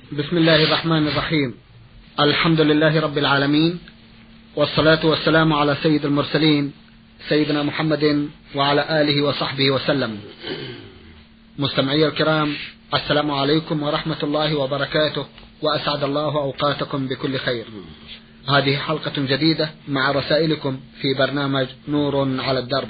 بسم الله الرحمن الرحيم. الحمد لله رب العالمين، والصلاة والسلام على سيد المرسلين سيدنا محمد وعلى آله وصحبه وسلم. مستمعي الكرام، السلام عليكم ورحمة الله وبركاته، وأسعد الله أوقاتكم بكل خير. هذه حلقة جديدة مع رسائلكم في برنامج نور على الدرب.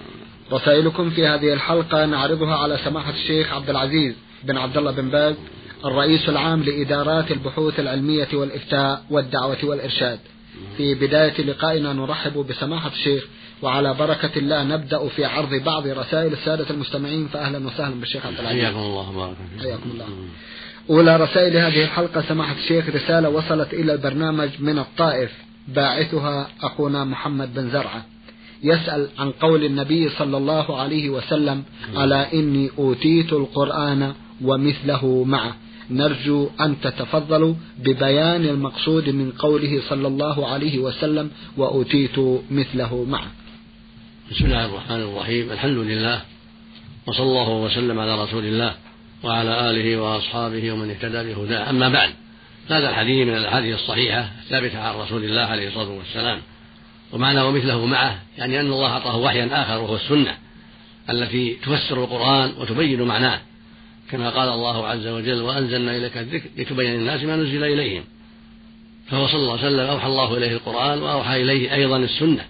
رسائلكم في هذه الحلقة نعرضها على سماحة الشيخ عبد العزيز بن عبد الله بن باز، الرئيس العام لإدارات البحوث العلمية والإفتاء والدعوة والإرشاد. في بداية لقائنا نرحب بسماحة الشيخ، وعلى بركة الله نبدأ في عرض بعض رسائل السادة المستمعين. فأهلا وسهلا بالشيخ عبد العزيز. حياكم الله وبارك فيكم. حياكم الله. أولى رسائل هذه الحلقة سماحة الشيخ رسالة وصلت إلى البرنامج من الطائف، باعثها أخونا محمد بن زرعة، يسأل عن قول النبي صلى الله عليه وسلم: ألا إني أوتيت القرآن ومثله معه. نرجو أن تتفضلوا ببيان المقصود من قوله صلى الله عليه وسلم: وأوتيت مثله معه. بسم الله الرحمن الرحيم. الحمد لله، وصلى الله وسلم على رسول الله وعلى آله وأصحابه ومن اهتدى بهداه. أما بعد، هذا الحديث من الأحاديث الصحيحة الثابتة عن رسول الله عليه الصلاة والسلام. ومعنى ومثله معه يعني أن الله أعطاه وحيا آخر، وهو السنة التي تفسر القرآن وتبين معناه، كما قال الله عز وجل: وأنزلنا إليك الذكر لتبين للناس ما نزل إليهم. فهو صلى الله عليه وسلم أوحى الله إليه القرآن، وأوحى إليه أيضا السنة،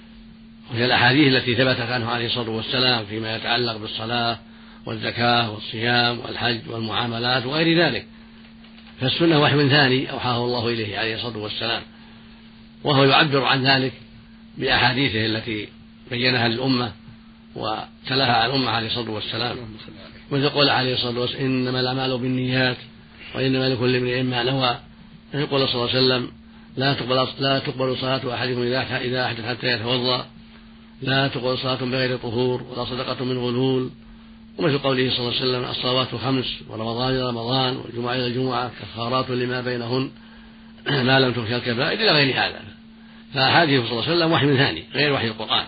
وهي الأحاديث التي ثبتت عنه عليه الصلاة والسلام فيما يتعلق بالصلاة والزكاة والصيام والحج والمعاملات وغير ذلك. فالسنة وحي ثاني أوحاه الله إليه عليه الصلاة والسلام، وهو يعبر عن ذلك بأحاديثه التي بينها للأمة وتلاها على الأمة عليه الصلاة والسلام. ويقول عليه الصلاة والسلام: إنما الأعمال بالنيات وإنما لكل امرئ ما نوى. يقول صلى الله عليه وسلم: لا تقبل صلاة أحدكم إذا أحدث حتى يتوضأ، لا تقبل صلاة بغير طهور، ولا صدقة من غلول. ومثل قوله صلى الله عليه وسلم: الصلوات 5 ورمضان إلى رمضان والجمعة إلى الجمعة كفارات لما بينهن ما لم تخشى الكبائر، إلى غير هذا. فأحاديث صلى الله عليه وسلم وحي ثاني غير وحي القرآن،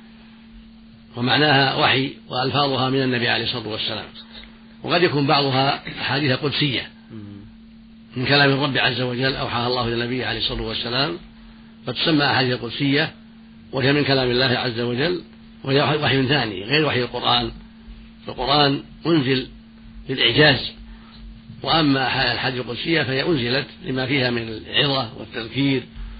ومعناها وحي وألفاظها من النبي عليه الصلاة والسلام. وقد يكون بعضها أحاديث قدسية من كلام الرب عز وجل أوحاها الله إلى النبي عليه الصلاة والسلام، فتسمى أحاديث قدسية، وهي من كلام الله عز وجل، وهي وحي ثاني غير وحي القرآن. فالقرآن أنزل للإعجاز، وأما الأحاديث القدسية فهي أنزلت لما فيها من العظة والتذكير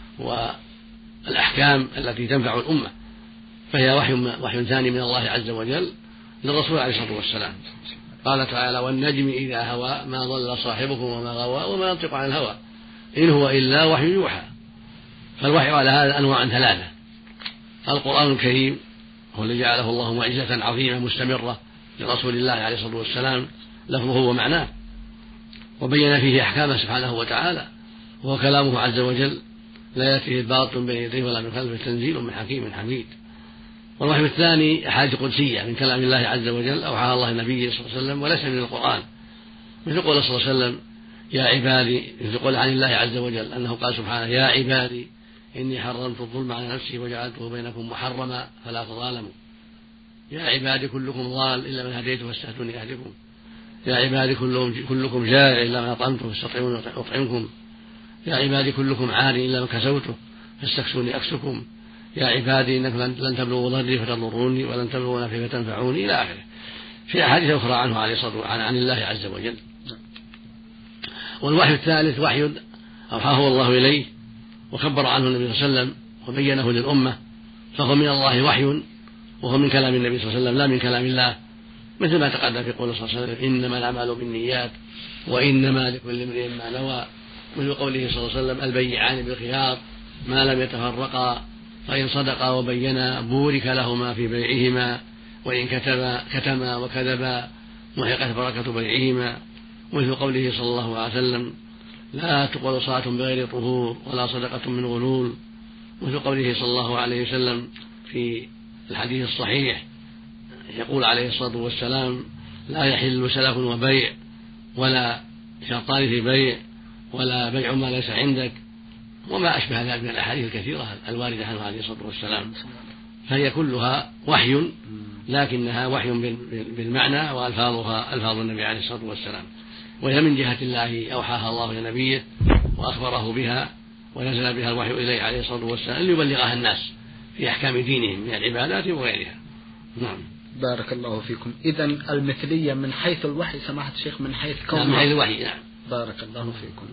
والأحكام التي تنفع الأمة، فهي وحي ثاني من الله عز وجل للرسول عليه الصلاة والسلام. قال تعالى: والنجم إذا هوى ما ضل صاحبكم وما غوى وما ينطق عن الهوى إن هو إلا وحي يوحى. فالوحي على هذا أنواع 3. القرآن الكريم هو الذي جعله الله معجزة عظيمة مستمرة لرسول الله عليه الصلاة والسلام، لفظه ومعناه، وبين فيه أحكامه سبحانه وتعالى، وهو كلامه عز وجل لا يأتيه الباطل بين يديه ولا من خلفه تنزيل من حكيم حميد. والوحي الثاني أحاديث قدسية من كلام الله عز وجل أوحاها الله النبي صلى الله عليه وسلم وليس من القرآن، مثل قول صلى الله عليه وسلم: يا عبادي، مثل قول عن الله عز وجل أنه قال سبحانه: يا عبادي إني حرمت الظلم على نفسي وجعلته بينكم محرما فلا تظالموا. يا عبادي كلكم ضال إلا من هديته فاستهدوني أهدكم. يا عبادي كلكم جائع إلا من أطعمته فاستطعموني أطعمكم. يا عبادي كلكم عار إلا من كسوته فاستكسوني أكسكم. يا عبادي إنكم لن تبلغوا ضري فتضروني ولن تبلغوا نفعي فتنفعوني، إلى آخره. في أحاديث أخرى عنه عليه الصلاة والسلام عن الله عز وجل. والوحي الثالث وحي أوحاه الله إليه وخبر عنه النبي صلى الله عليه وسلم وبينه للأمة، فهو من الله وحي، وهو من كلام النبي صلى الله عليه وسلم لا من كلام الله، مثل ما تقدم في قوله صلى الله عليه وسلم: إنما الأعمال بالنيات وإنما لكل امرئ ما نوى. مثل قوله صلى الله عليه وسلم: البيعان بالخيار ما لم يتفرقا فإن صدقا وبينا بورك لهما في بيعهما وإن كتما وكذبا محقت بركة بيعهما. مثل قوله صلى الله عليه وسلم: لا تقبل صلاة بغير طهور ولا صدقة من غلول. مثل قوله صلى الله عليه وسلم في الحديث الصحيح يقول عليه الصلاة والسلام: لا يحل سلف وبيع ولا شرطان في بيع ولا بيع ما ليس عندك، وما أشبه ذلك من الأحاديث الكثيرة الواردة عنه عليه الصلاة والسلام. فهي كلها وحي، لكنها وحي بالمعنى، وألفاظها ألفاظ النبي عليه الصلاة والسلام. وهي من جهة الله أوحاها الله لنبيه وأخبره بها ونزل بها الوحي إليه عليه الصلاة والسلام ليبلغها الناس في أحكام دينهم من العبادات وغيرها. نعم. بارك الله فيكم. إذن المثلية من حيث الوحي سماحة الشيخ، من حيث كون من حيث الوحي. نعم. بارك الله فيكم.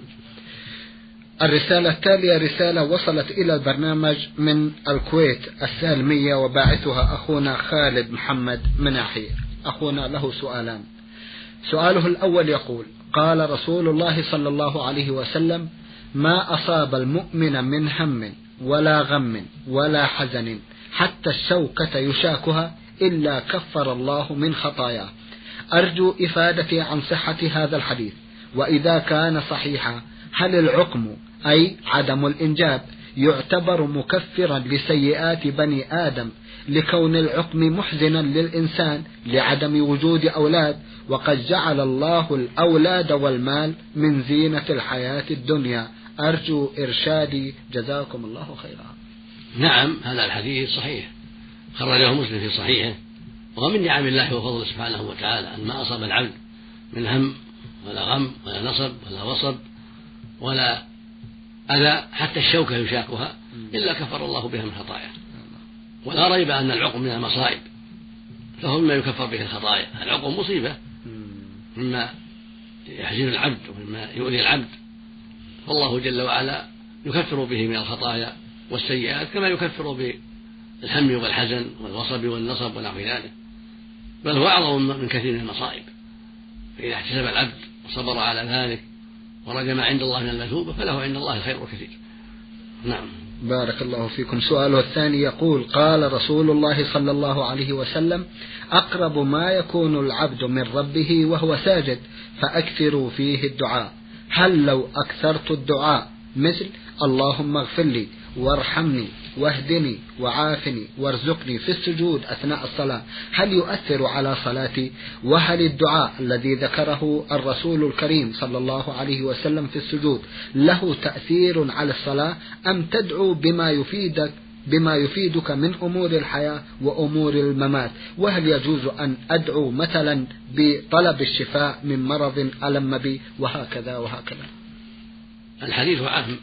الرسالة التالية رسالة وصلت إلى البرنامج من الكويت السالمية، وباعثها أخونا خالد محمد مناحي. أخونا له سؤالان. سؤاله الأول يقول: قال رسول الله صلى الله عليه وسلم: ما أصاب المؤمن من هم ولا غم ولا حزن حتى الشوكة يشاكها إلا كفر الله من خطاياه. أرجو إفادتي عن صحة هذا الحديث، وإذا كان صحيحا هل العقم أي عدم الإنجاب يعتبر مكفرا لسيئات بني آدم لكون العقم محزنا للإنسان لعدم وجود أولاد، وقد جعل الله الأولاد والمال من زينة الحياة الدنيا؟ أرجو إرشادي جزاكم الله خيرا. نعم، هذا الحديث صحيح، خرجه مسلم في صحيحه، ومن نعم الله وفضله سبحانه وتعالى أن ما أصاب العبد من هم ولا غم ولا نصب ولا وصب ولا أذى حتى الشوكة يشاكها إلا كفر الله بها من خطاياه. ولا ريب أن العقم من المصائب، فهو مما يكفر به الخطايا. العقم مصيبة مما يحزن العبد ومما يؤذي العبد، فالله جل وعلا يكفر به من الخطايا والسيئات كما يكفر بالهم والحزن والوصب والنصب ونحو ذلك، بل هو أعظم من كثير من المصائب. فإذا احتسب العبد وصبر على ذلك ورجى ما عند الله من المثوبة فله عند الله خير كثير. نعم. بارك الله فيكم. سؤاله الثاني يقول: قال رسول الله صلى الله عليه وسلم: أقرب ما يكون العبد من ربه وهو ساجد فأكثروا فيه الدعاء. هل لو أكثرت الدعاء مثل اللهم اغفر لي وارحمني واهدني وعافني وارزقني في السجود أثناء الصلاة هل يؤثر على صلاتي؟ وهل الدعاء الذي ذكره الرسول الكريم صلى الله عليه وسلم في السجود له تأثير على الصلاة، أم تدعو بما يفيدك من أمور الحياة وأمور الممات؟ وهل يجوز أن أدعو مثلا بطلب الشفاء من مرض ألم بي وهكذا وهكذا؟ الحديث عام،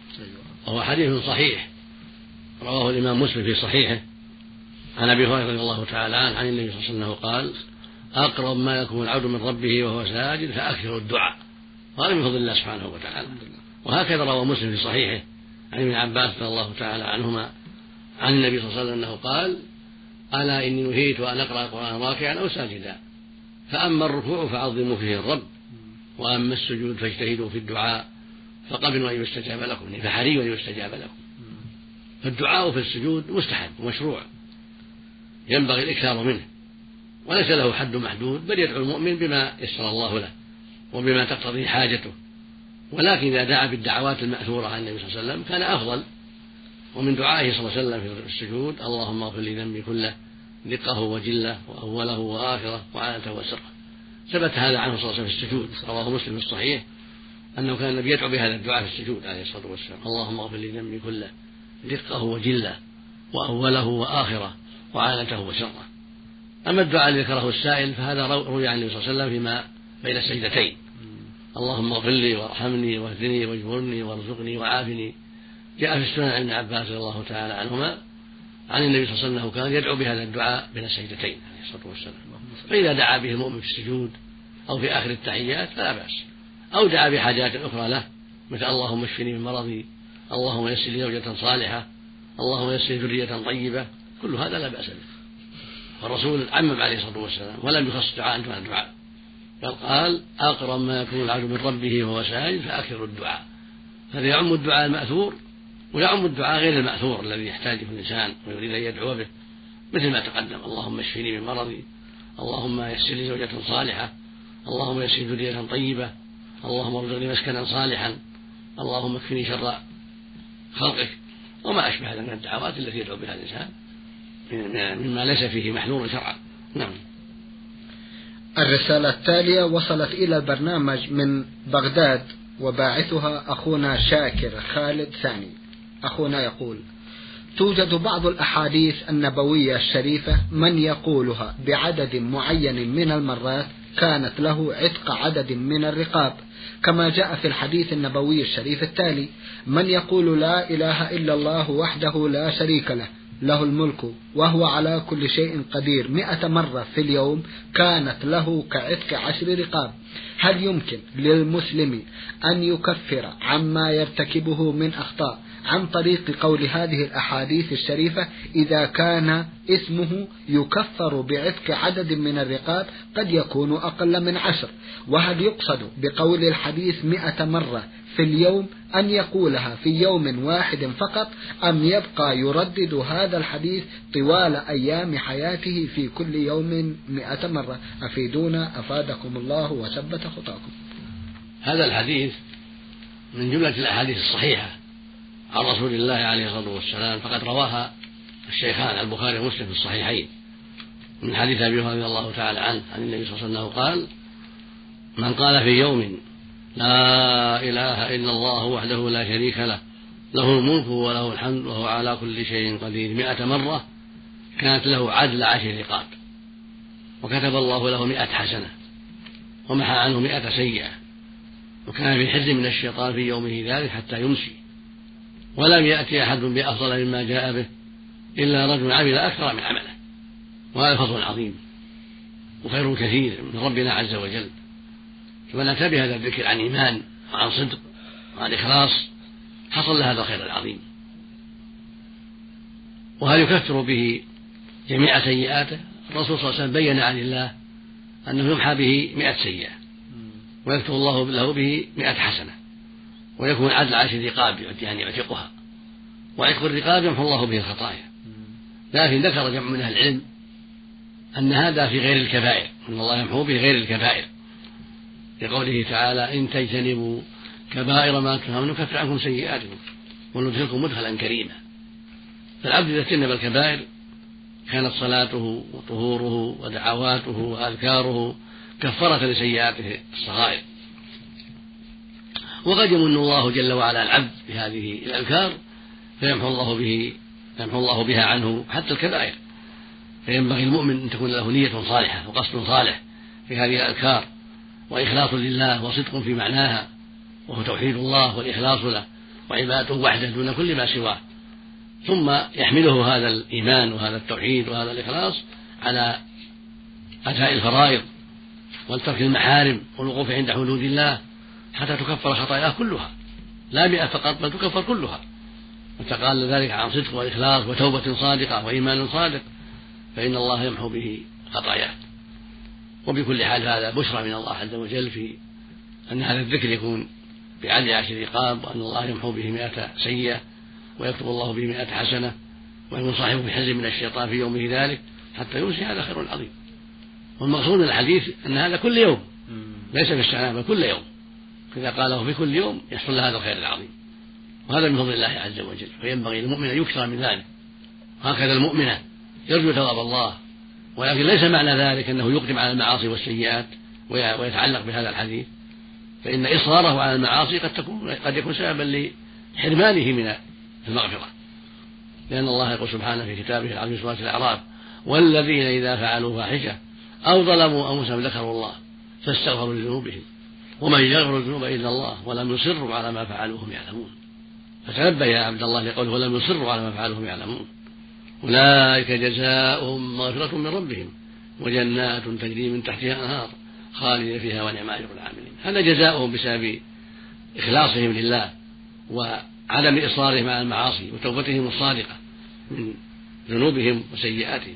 وهو حديث صحيح رواه الإمام مسلم في صحيحه عن أبي هريرة رضي الله تعالى عنه عن النبي صلى الله عليه وسلم قال: أقرب ما يكون العبد من ربه وهو ساجد فأكثر الدعاء. وهذا من فضل الله سبحانه وتعالى. وهكذا روى مسلم في صحيحه عن ابن عباس رضي الله تعالى عنهما عن النبي صلى الله عليه وسلم أنه قال: ألا إني نهيت أن أقرأ القرآن راكعا أو ساجدا، فأما الركوع فعظموا فيه الرب، وأما السجود فاجتهدوا في الدعاء فقبلوا أن يستجاب لكم، فحري أن يستجاب لكم. فالدعاء في السجود مستحب ومشروع ينبغي الإكثار منه، وليس له حد محدود، بل يدعو المؤمن بما يسر الله له وبما تقتضي حاجته. ولكن إذا دعا بالدعوات المأثورة عن النبي صلى الله عليه وسلم كان أفضل. ومن دعائه صلى الله عليه وسلم في السجود: اللهم اغفر لي ذنبي كله دقه وجله وأوله وآخره وعانته وسره. ثبت هذا عنه صلى الله عليه وسلم في السجود، رواه مسلم في الصحيح أنه كان النبي يدعو بهذا الدعاء في السجود عليه الصلاة والسلام: اللهم اغفر لي ذنبي كله دقه وجله وأوله وآخره وعانته وسره. أما الدعاء الذي ذكره السائل فهذا روي عن النبي صلى الله عليه وسلم فيما بين السجدتين: اللهم اغفر لي وارحمني واهدني واجبرني وارزقني وعافني. جاء في السنن عن ابن عباس رضي الله تعالى عنهما عن النبي صلى الله عليه وسلم أنه كان يدعو بهذا الدعاء بين السجدتين عليه الصلاة والسلام. فإذا دعا به المؤمن في السجود أو في آخر التحيات فلا بأس، أو دعا بحاجات أخرى له مثل اللهم اشفني من مرضي، اللهم يسر لي زوجة صالحة، اللهم يسر لي ذرية طيبة، كل هذا لا بأس به. والرسول عمم عليه الصلاة والسلام ولم يخص دعاء دون الدعاء، بل قال: أقرب ما يكون العبد من ربه وهو ساجد فأكثر الدعاء. هذا يعم الدعاء المأثور ويعم الدعاء غير المأثور الذي يحتاجه الإنسان ويريد أن يدعو به، مثل ما تقدم: اللهم اشفني من مرضي، اللهم يسر لي زوجة صالحة، اللهم يسر لي ذرية طيبة، اللهم ارزقني مسكنا صالحا، اللهم اكفني شر خلقك، وما أشبه هذا من الدعوات التي يدعو بها الإنسان مما ليس فيه محذور شرعا. نعم. الرسالة التالية وصلت إلى البرنامج من بغداد، وباعثها أخونا شاكر خالد ثاني. أخونا يقول: توجد بعض الأحاديث النبوية الشريفة من يقولها بعدد معين من المرات كانت له عتق عدد من الرقاب، كما جاء في الحديث النبوي الشريف التالي: من يقول لا إله إلا الله وحده لا شريك له، له الملك وهو على كل شيء قدير 100 مرة في اليوم، كانت له كعتق 10 رقاب. هل يمكن للمسلم أن يكفر عما يرتكبه من أخطاء عن طريق قول هذه الأحاديث الشريفة إذا كان اسمه يكفر بعتق عدد من الرقاب قد يكون أقل من 10؟ وهل يقصد بقول الحديث 100 مرة في اليوم أن يقولها في يوم واحد فقط، أم يبقى يردد هذا الحديث طوال أيام حياته في كل يوم 100 مرة؟ أفيدونا أفادكم الله وثبت خطاكم. هذا الحديث من جملة الأحاديث الصحيحة عن رسول الله عليه الصلاة والسلام، فقد رواها الشيخان البخاري ومسلم في الصحيحين من حديث أبي هريرة رضي الله تعالى عنه عن النبي صلى الله عليه وسلم قال: من قال في يوم لا إله إلا الله وحده لا شريك له، له الملك وله الحمد وهو على كل شيء قدير 100 مرة، كانت له عدل 10 رقاب، وكتب الله له 100 حسنة، ومحى عنه 100 سيئة، وكان في حرز من الشيطان في يومه ذلك حتى يمسي، ولم يأتي أحد بأفضل مما جاء به إلا رجل عمل أكثر من عمله. وهذا فضل عظيم وخير كثير من ربنا عز وجل. فمن أتى بهذا الذكر عن إيمان وعن صدق وعن إخلاص حصل له هذا الخير العظيم. وهل يكفر به جميع سيئاته؟ الرسول صلى الله عليه وسلم بين عن الله أنه يمحى به 100 سيئة، ويكتب الله له به 100 حسنة، ويكون عدل 10 رقاب يعني يعتقها، وعتق الرقاب يمحو الله به الخطايا. لكن ذكر جمع من أهل العلم أن هذا في غير الكبائر، أن الله يمحو به غير الكبائر، لقوله تعالى: إن تجتنبوا كبائر ما تنهون نكفر عنكم سيئاتكم وندخلكم مدخلا كريما. فالعبد إذا اجتنب الكبائر كانت صلاته وطهوره ودعواته وأذكاره كفارة لسيئاته الصغائر. وقد يمن الله جل وعلا العبد بهذه الأذكار فيمحو الله بها عنه حتى الكبائر. فينبغي المؤمن أن تكون له نية صالحة وقصد صالح في هذه الأذكار، وإخلاص لله وصدق في معناها، وهو توحيد الله والإخلاص له وعبادته وحده دون كل ما سواه، ثم يحمله هذا الإيمان وهذا التوحيد وهذا الإخلاص على أداء الفرائض والترك المحارم والوقوف عند حدود الله حتى تكفر خطاياه كلها، لا 100 فقط بل تكفر كلها. وتقال ذلك عن صدق وإخلاص وتوبة صادقة وإيمان صادق، فإن الله يمحو به خطاياه. وبكل حال هذا بشرى من الله عز وجل في أن هذا الذكر يكون بعدل 10 رقاب، وأن الله يمحو به 100 سيئة، ويكتب الله به 100 حسنة، ويكون صاحبه بحرز من الشيطان في يومه ذلك حتى يمسي. هذا خير عظيم. والمقصود من الحديث أن هذا كل يوم، ليس في السنة بل كل يوم، إذا قاله في كل يوم يحصل له هذا الخير العظيم، وهذا من فضل الله عز وجل. فينبغي للمؤمن أن يكثر من ذلك، وهكذا المؤمنة يرجو ثواب الله، ولكن ليس معنى ذلك أنه يقدم على المعاصي والسيئات ويتعلق بهذا الحديث، فإن إصراره على المعاصي قد يكون سببا لحرمانه من المغفرة، لأن الله يقول سبحانه في كتابه العظيم سورة الأعراف: والذين إذا فعلوا فاحشة أو ظلموا أنفسهم ذكروا الله فاستغفروا لذنوبهم ومن يغفر الذنوب إلا الله ولم يصروا على ما فعلوا وهم يعلمون. فتنبه يا عبد الله لقوله ولم يصروا على ما فعلوا وهم يعلمون. أولئك جزاؤهم مغفرة من ربهم وجنات تجري من تحتها أنهار خالدين فيها ونعم أجر العاملين. هذا جزاؤهم بسبب إخلاصهم لله وعدم إصرارهم على المعاصي وتوبتهم الصادقة من ذنوبهم وسيئاتهم.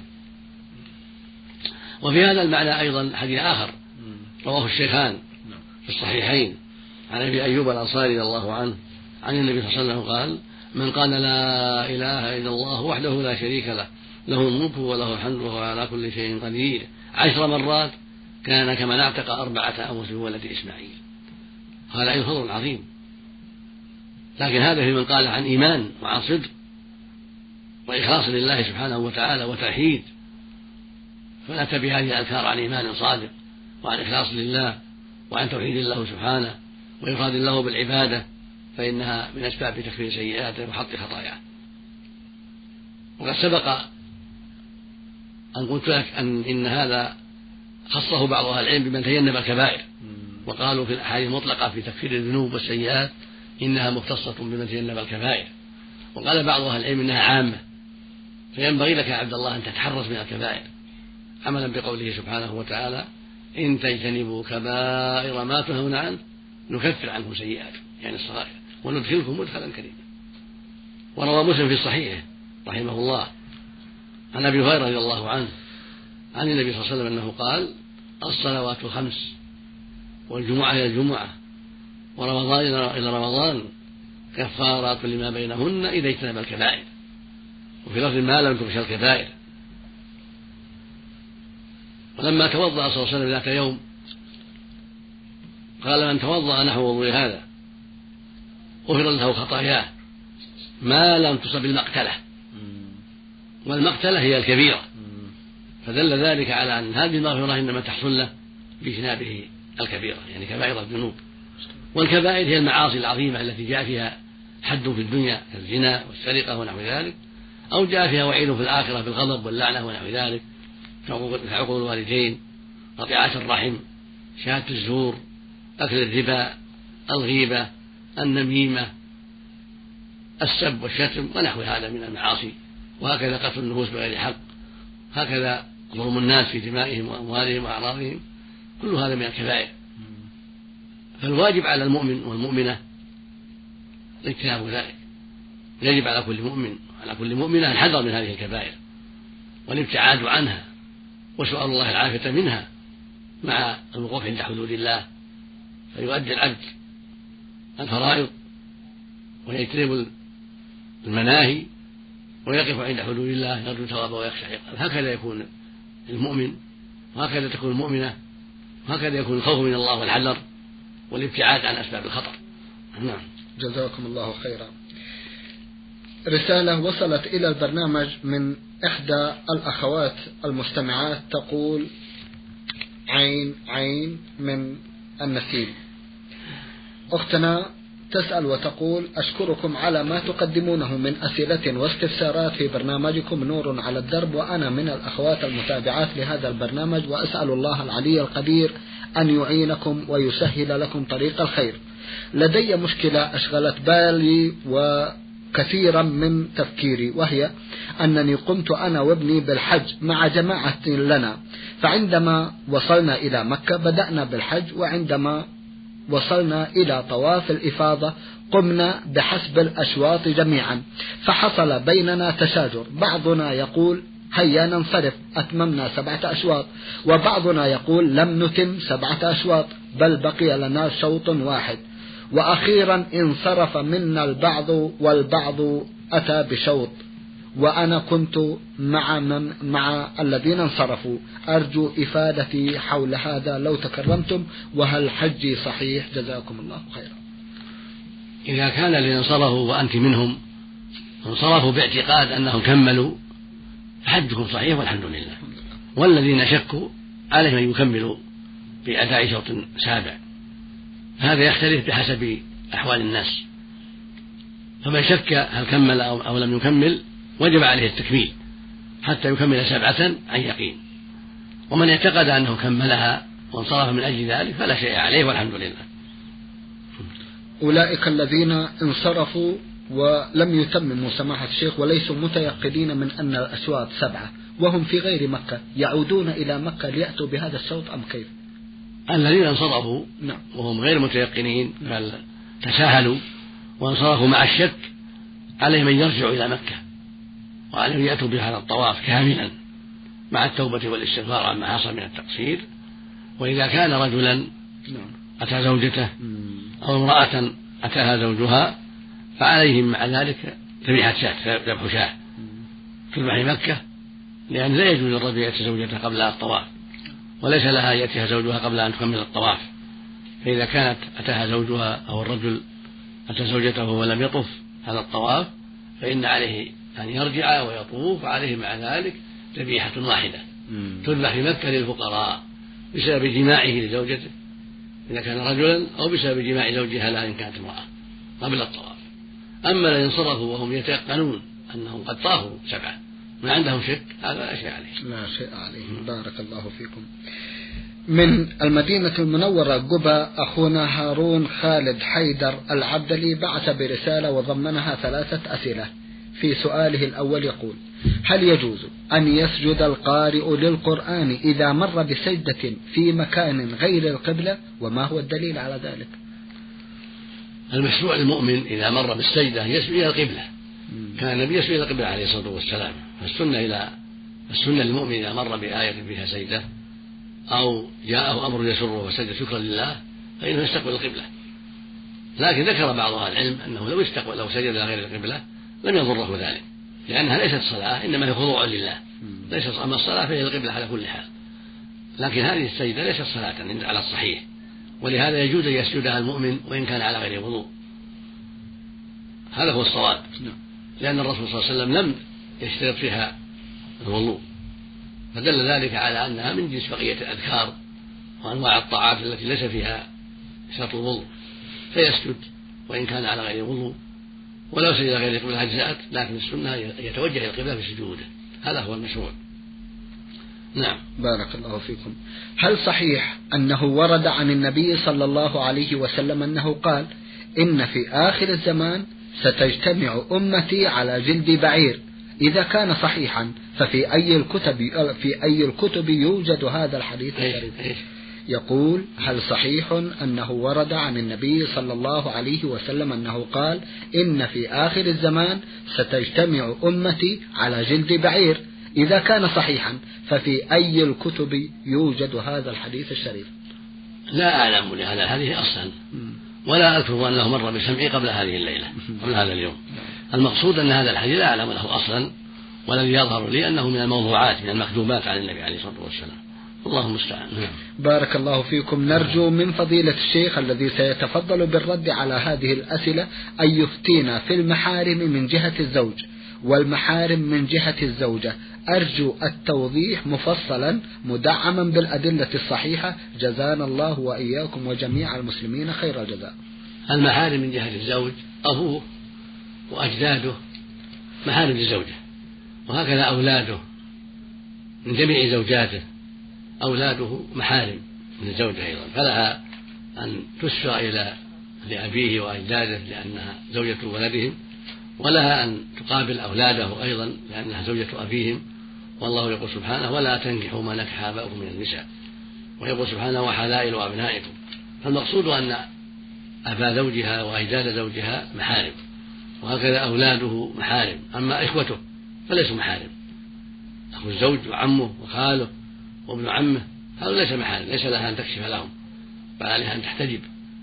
وفي هذا المعنى أيضا حديث آخر رواه الشيخان في الصحيحين عن أبي أيوب الأنصاري رضي الله عنه عن النبي صلى الله عليه وسلم قال: من قال لا إله إلا الله وحده لا شريك له، له الملك وله الحمد وهو على كل شيء قدير 10 مرات، كان كمن اعتق 4 أنفس من ولد إسماعيل. هذا أيضا فضل عظيم، لكن هذا في من قال عن إيمان وعن صدق وإخلاص لله سبحانه وتعالى وتوحيد. فنأتى بهذه الأذكار عن إيمان صادق وعن إخلاص لله وعن توحيد الله سبحانه وإفراد الله بالعبادة، فإنها من أسباب تكفير سيئاته وحط خطاياه. وقد سبق أن قلت لك إن هذا خصه بعض أهل العلم بمن تجنب الكبائر، وقالوا في الأحاديث المطلقة في تكفير الذنوب والسيئات إنها مختصة بمن تجنب الكبائر، وقال بعض أهل العلم إنها عامة، فينبغي لك يا عبد الله أن تتحرز من الكبائر عملا بقوله سبحانه وتعالى: إن تجتنبوا كبائر ما تنهون عنه نكفر عنكم سيئاتكم، يعني الصغائر، وندخلكم مدخلا كريما. وروى مسلم في صحيحه رحمه الله عن أبي هريرة رضي الله عنه عن النبي صلى الله عليه وسلم أنه قال: الصلوات الخمس والجمعة إلى الجمعة ورمضان إلى رمضان كفارات لما بينهن إذا اجتنب الكبائر، وفي لفظ ما لم تغش الكبائر. ولما توضأ صلى الله عليه وسلم ذات يوم قال: من توضأ نحو وضوء هذا غفر له خطاياه ما لم تصب المقتلة، والمقتلة هي الكبيرة، فدل ذلك على أن هذه المغفرة إنما تحصل له باجتنابه الكبيرة، يعني كبائر الذنوب. والكبائر هي المعاصي العظيمة التي جاء فيها حد في الدنيا كالزنا والسرقة ونحو ذلك، أو جاء فيها وعيد في الآخرة بالغضب واللعنة ونحو ذلك، كعقوق الوالدين، قطيعة الرحم، شهادة الزور، أكل الربا، الغيبة، النميمة، السب والشتم ونحو هذا من المعاصي، وهكذا قتل النفوس بغير حق، هكذا ظلم الناس في دمائهم وأموالهم وأعراضهم، كل هذا من الكبائر. فالواجب على المؤمن والمؤمنة اجتناب ذلك، يجب على كل مؤمن وعلى كل مؤمنة الحذر من هذه الكبائر والابتعاد عنها وسؤال الله العافية منها مع الوقوف عند حدود الله، فيؤدي العبد الفرائض ويجتنب المناهي ويقف عند حدود الله يرجو ثوابه ويخشى عقابه. هكذا يكون المؤمن، وهكذا تكون المؤمنة، وهكذا يكون الخوف من الله والحذر والابتعاد عن أسباب الخطر. نعم. جزاكم الله خيرا. رسالة وصلت إلى البرنامج من إحدى الأخوات المستمعات تقول: عين من النسيم. أختنا تسأل وتقول: أشكركم على ما تقدمونه من أسئلة واستفسارات في برنامجكم نور على الدرب، وأنا من الأخوات المتابعات لهذا البرنامج، وأسأل الله العلي القدير أن يعينكم ويسهل لكم طريق الخير. لدي مشكلة أشغلت بالي وكثيرا من تفكيري، وهي أنني قمت أنا وابني بالحج مع جماعة لنا، فعندما وصلنا إلى مكة بدأنا بالحج، وعندما وصلنا إلى طواف الإفاضة قمنا بحسب الأشواط جميعا، فحصل بيننا تشاجر، بعضنا يقول هيا ننصرف أتممنا 7 أشواط، وبعضنا يقول لم نتم 7 أشواط بل بقي لنا شوط واحد، وأخيرا انصرف منا البعض والبعض أتى بشوط، وأنا كنت مع الذين انصرفوا. أرجو إفادتي حول هذا لو تكرمتم، وهل حجي صحيح؟ جزاكم الله خيرا. إذا كان الذين انصرفوا وأنت منهم انصرفوا باعتقاد أنهم كملوا فحجكم صحيح والحمد لله، والذين شكوا عليهم أن يكملوا بأداء شوط 7. هذا يختلف بحسب أحوال الناس، فمن شك هل كمل أو لم يكمل وجب عليه التكميل حتى يكمل 7 عن يقين، ومن اعتقد أنه كملها وانصرف من أجل ذلك فلا شيء عليه والحمد لله. أولئك الذين انصرفوا ولم يتمموا سماحة الشيخ وليسوا متيقنين من أن الأشواط 7 وهم في غير مكة، يعودون إلى مكة ليأتوا بهذا الشوط أم كيف؟ الذين انصرفوا وهم غير متيقنين بل تساهلوا وانصرفوا مع الشك عليهم أن يرجعوا إلى مكة، وعليهم يأتوا بهذا الطواف كاملا مع التوبة والاستغفار عما حصل من التقصير. وإذا كان رجلا أتى زوجته أو امرأة أتاها زوجها فعليهم مع ذلك ذبيحة شاة، ذبح شاة تذبح مكة، لأن لا يجوز الرجل يأتي زوجته قبل الطواف، وليس لها يأتيها زوجها قبل أن تكمل الطواف. فإذا كانت أتاها زوجها أو الرجل أتى زوجته ولم يطف هذا الطواف فإن عليه أن يرجع ويطوف، عليه مع ذلك ذبيحة واحدة تذبح في مكة للفقراء بسبب جماعه لزوجته إذا كان رجلا، أو بسبب جماع زوجها لها إن كانت امرأة قبل الطواف. أما الذين انصرفوا وهم يتيقنون أنهم قد طافوا 7 ما عندهم شك هذا لا شيء عليه. لا شيء عليه. بارك الله فيكم. من المدينة المنورة قبى أخونا هارون خالد حيدر العبدلي بعث برسالة وضمنها 3 أسئلة. في سؤاله الأول يقول: هل يجوز أن يسجد القارئ للقرآن إذا مر بسجدة في مكان غير القبلة، وما هو الدليل على ذلك؟ المشروع المؤمن إذا مر بالسجدة يسجد إلى القبلة، كان النبي يسجد إلى القبلة عليه الصلاة والسلام. فالسنة للمؤمن إذا مر بآية فيها سجدة أو جاءه أمر يسره وسجد شكرا لله فإنه يستقبل القبلة. لكن ذكر بعض أهل العلم أنه لو سجد إلى غير القبلة لم يضره ذلك، لأنها ليست صلاة، إنما هي خضوع لله، ليست أما الصلاة فهي القبلة على كل حال. لكن هذه السجدة ليست صلاة على الصحيح، ولهذا يجوز أن يسجدها المؤمن وإن كان على غير وضوء. هذا هو الصواب، لأن الرسول صلى الله عليه وسلم لم يشترط فيها الوضوء، فدل ذلك على أنها من جنس بقية الأذكار وأنواع الطاعات التي ليس فيها شرط الوضوء، فيسجد وإن كان على غير وضوء. ولو سجد غير القبلة أجزأت، لكن السنة يتوجه إلى القبلة في سجوده، هذا هو المشروع. نعم. بارك الله فيكم. هل صحيح أنه ورد عن النبي صلى الله عليه وسلم أنه قال: إن في آخر الزمان ستجتمع أمتي على جلد بعير؟ إذا كان صحيحا ففي أي الكتب يوجد هذا الحديث الشريف؟ يقول: هل صحيح أنه ورد عن النبي صلى الله عليه وسلم أنه قال: إن في آخر الزمان ستجتمع أمتي على جلد بعير؟ إذا كان صحيحا ففي أي الكتب يوجد هذا الحديث الشريف؟ لا أعلم لهذا الحديث أصلا، ولا أذكر أنه مر بسمعي قبل هذه الليلة، قبل هذا اليوم. المقصود أن هذا الحديث لا أعلم له أصلا، والذي يظهر لي أنه من الموضوعات، من المكذوبات عن النبي عليه الصلاة والسلام. الله المستعان. بارك الله فيكم. نرجو من فضيلة الشيخ الذي سيتفضل بالرد على هذه الأسئلة أن يفتينا في المحارم من جهة الزوج والمحارم من جهة الزوجة. أرجو التوضيح مفصلا مدعما بالأدلة الصحيحة، جزانا الله وإياكم وجميع المسلمين خير الجزاء. المحارم من جهة الزوج أبوه وأجداده محارم للزوجة، وهكذا أولاده من جميع زوجاته، أولاده محارم من الزوجة أيضا، فلها أن تسرى إلى لأبيه وأجداده لأنها زوجة ولدهم، ولها أن تقابل أولاده أيضا لأنها زوجة أبيهم. والله يقول سبحانه: ولا تنكحوا ما نكح آباؤكم من النساء، ويقول سبحانه: وحلائل أبنائكم. فالمقصود أن أبا زوجها وأجداد زوجها محارم، وهكذا أولاده محارم. أما إخوته فليسوا محارم، أخو الزوج وعمه وخاله وابن عمه هذا ليس محارم، ليس لها أن تكشف لهم، بل عليها أن تحتجب.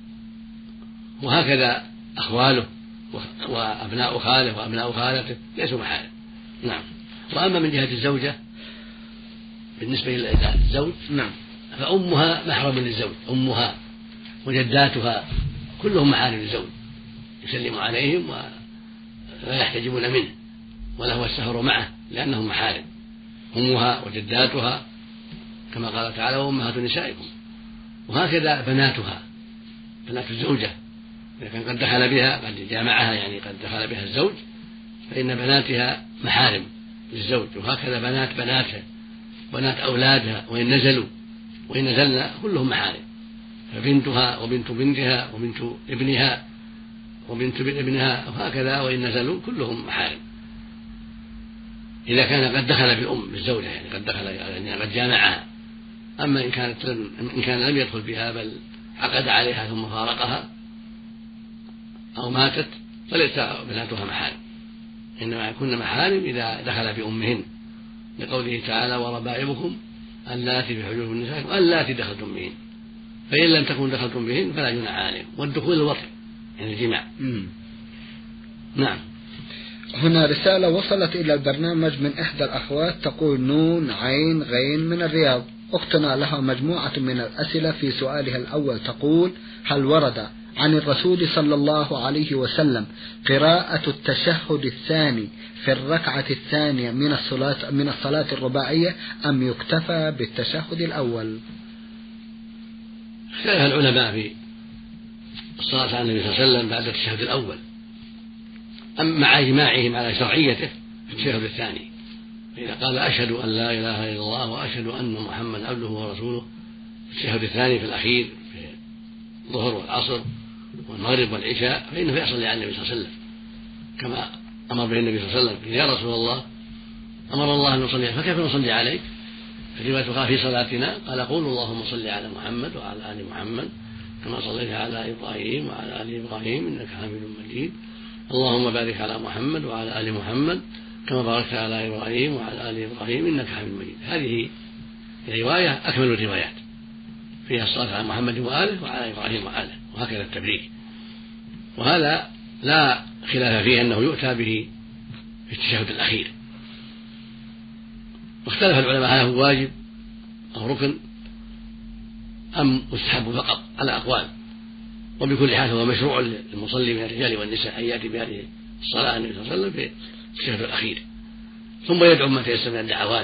وهكذا أخواله وأبناء خاله وأبناء خالته ليسوا محارم. نعم. وأما من جهة الزوجة بالنسبة للزوج فأمها محرم للزوج، أمها وجداتها كلهم محارم للزوج، يسلم عليهم ولا يحتجبون منه، وله السهر معه لأنهم محارم، أمها وجداتها كما قال تعالى: وأمهات نسائكم. وهكذا بناتها، بنات الزوجة إذا كان قد دخل بها، قد جامعها يعني قد دخل بها الزوج، فإن بناتها محارم للزوج. وهكذا بنات بناتها، بنات أولادها وإن نزلنا كلهم محارم، فبنتها وبنت بنتها وبنت ابنها وبنت ابنها، وهكذا وإن نزلوا كلهم محارم إذا كان قد دخل بالأم بالزوجة، يعني قد دخل يعني قد جامعها. أما إن كان لم يدخل بها بل عقد عليها ثم فارقها أو ماتت فليس بناتها محارم، إنما يكون محارم إذا دخل بأمهن، لقوله تعالى: وربائبكم اللاتي في حجوركم من نسائكم اللاتي دخلتم بهن، فإن لم تكن دخلتم بهن فلا جناح عليكم. والدخول الوطء يعني الجماع. نعم. هنا رسالة وصلت إلى البرنامج من إحدى الأخوات تقول: نون عين غين من الرياض. أختنا لها مجموعة من الأسئلة. في سؤالها الأول تقول: هل ورد عن الرسول صلى الله عليه وسلم قراءة التشهد الثاني في الركعة الثانية من الصلاة الرباعية، أم يكتفى بالتشهد الأول؟ اختلف العلماء في الصلاة على النبي صلى الله عليه وسلم بعد التشهد الأول، مع إجماعهم على شرعيته في التشهد الثاني، إذا قال: أشهد أن لا إله إلا الله وأشهد أن محمدا عبده ورسوله، التشهد الثاني في الأخير في الظهر والعصر والمغرب والعشاء فإنه يصلي على النبي صلى الله عليه وسلم كما أمر به النبي صلى الله عليه وسلم. يا رسول الله أمر الله أن نصلي فكيف نصلي عليك؟ في رواية قال في صلاتنا قال قولوا اللهم صل على محمد وعلى آل محمد كما صليت على إبراهيم وعلى آل إبراهيم إنك حميد مجيد اللهم بارك على محمد وعلى آل محمد كما باركت على إبراهيم وعلى آل إبراهيم إنك حميد مجيد. هذه الرواية أكمل الروايات فيها الصلاة على محمد وآله وعلى إبراهيم وآله وهكذا التبريك. وهذا لا خلاف فيه أنه يؤتى به في التشهد الأخير. واختلف العلماء هل هو واجب أو ركن أم مستحب فقط على أقوال. وبكل حال هو مشروع للمصلي من الرجال والنساء أن يأتي بهذه الصلاة النبي صلى الله عليه وسلم في التشهد الأخير ثم يدعو ما تيسر من الدعوات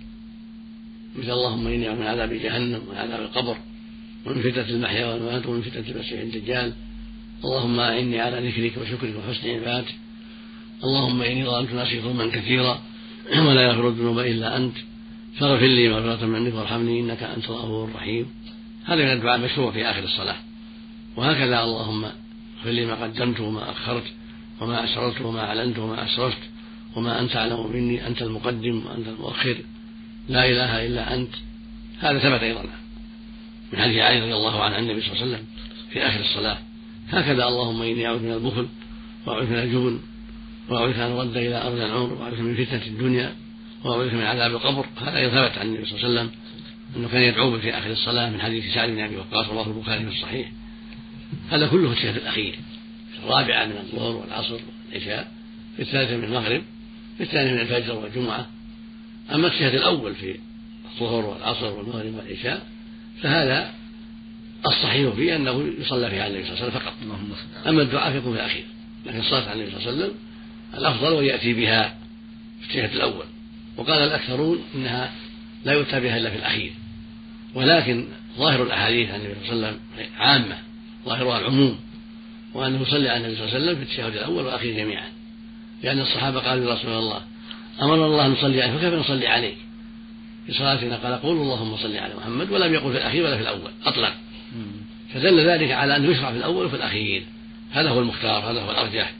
مثل اللهم إني أعوذ من عذاب جهنم ومن عذاب القبر ومن فتنة المحيا والممات ومن فتنة المسيح الدجال اللهم أعني على ذكرك وشكرك وحسن عبادتك اللهم إني ظلمت نفسي ظلما كثيرا ولا يغفر الذنوب إلا أنت فاغفر لي مغفرة من عندك وارحمني إنك أنت الغفور الرحيم. هذا من الدعاء المشروع في آخر الصلاة. وهكذا اللهم اغفر لي ما قدمت وما أخرت وما أسررت وما أعلنت وما أسرفت وما أنت أعلم مني أنت المقدم وأنت المؤخر لا إله إلا أنت. هذا ثبت أيضا من حديث علي رضي الله عنه عن النبي صلى الله عليه وسلم في آخر الصلاة. هكذا اللهم إني أعوذ من البخل وأعوذ من الجبن وأعوذ أن أرد إلى أرض العمر وأعوذ من فتنة الدنيا وأعوذ من عذاب القبر. هذا ثبت عن النبي صلى الله عليه وسلم أنه كان يدعو في آخر الصلاة من حديث سعد بن أبي وقاص رواه البخاري في الصحيح. هذا كله في التشهد الأخير في الرابعة من الظهر والعصر والعشاء في الثالثة من المغرب في الثانية من الفجر والجمعة. أما التشهد الأول في الظهر والعصر والمغرب والعشاء فهذا الصحيح فيه أنه يصلى فيه على النبي صلى الله عليه وسلم فقط. أما الدعاء يكون في الأخير لكن الصلاة على النبي صلى الله عليه وسلم الأفضل ويأتي بها في التشهد الأول. وقال الأكثرون إنها لا يؤتى بها إلا في الأخير ولكن ظاهر الأحاديث عن النبي صلى الله عليه وسلم عامة ظاهرها العموم وأنه يصلي على النبي صلى الله عليه وسلم في التشهد الأول والأخير جميعا لأن الصحابة قالوا يا رسول الله أمر الله أن نصلي عليك فكيف نصلي عليك؟ في صلاتنا قال قولوا اللهم صل على محمد ولم يقل في الأخير ولا في الأول أطلق. فدل ذلك على أنه يشرع في الأول وفي الأخير. هذا هو المختار هذا هو الأرجح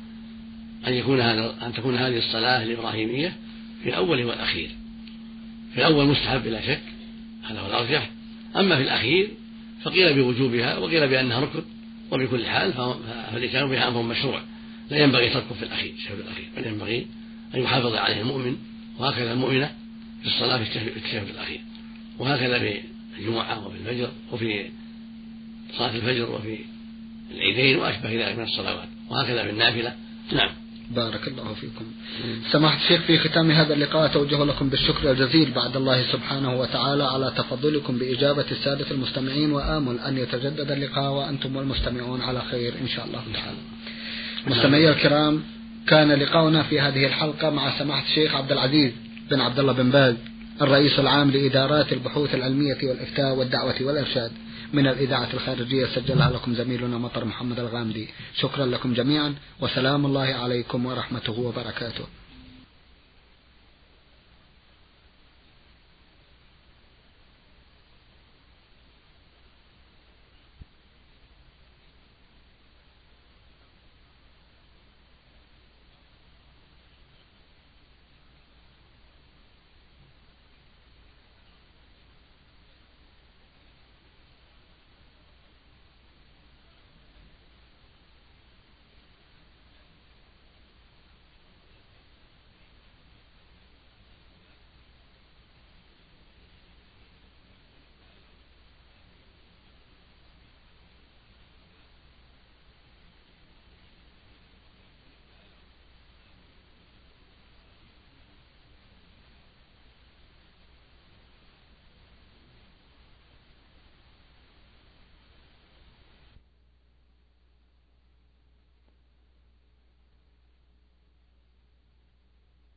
أن تكون هذه الصلاة الإبراهيمية في الأول والأخير. في الأول مستحب بلا شك هذا هو الأرجح. أما في الأخير فقيل بوجوبها وقيل بأنها ركن. وبكل حال فالإتيان بها أمر مشروع لا ينبغي تركه في الأخير بل ينبغي أن يحافظ عليه المؤمن وهكذا المؤمنة في الصلاة في التشهد الأخير وهكذا في الجمعة وفي الفجر وفي صلاة الفجر وفي العيدين وأشبه ذلك من الصلوات وهكذا في النافلة. نعم. بارك الله فيكم. سماحة الشيخ في ختام هذا اللقاء أتوجه لكم بالشكر الجزيل بعد الله سبحانه وتعالى على تفضلكم بإجابة السادة المستمعين وآمل أن يتجدد اللقاء وأنتم والمستمعون على خير إن شاء الله تعالى. مستمعي الكرام كان لقاؤنا في هذه الحلقة مع سماحة الشيخ عبد العزيز بن عبد الله بن باز الرئيس العام لإدارات البحوث العلمية والإفتاء والدعوة والإرشاد من الإذاعة الخارجية سجلها لكم زميلنا مطر محمد الغامدي. شكرا لكم جميعا وسلام الله عليكم ورحمته وبركاته.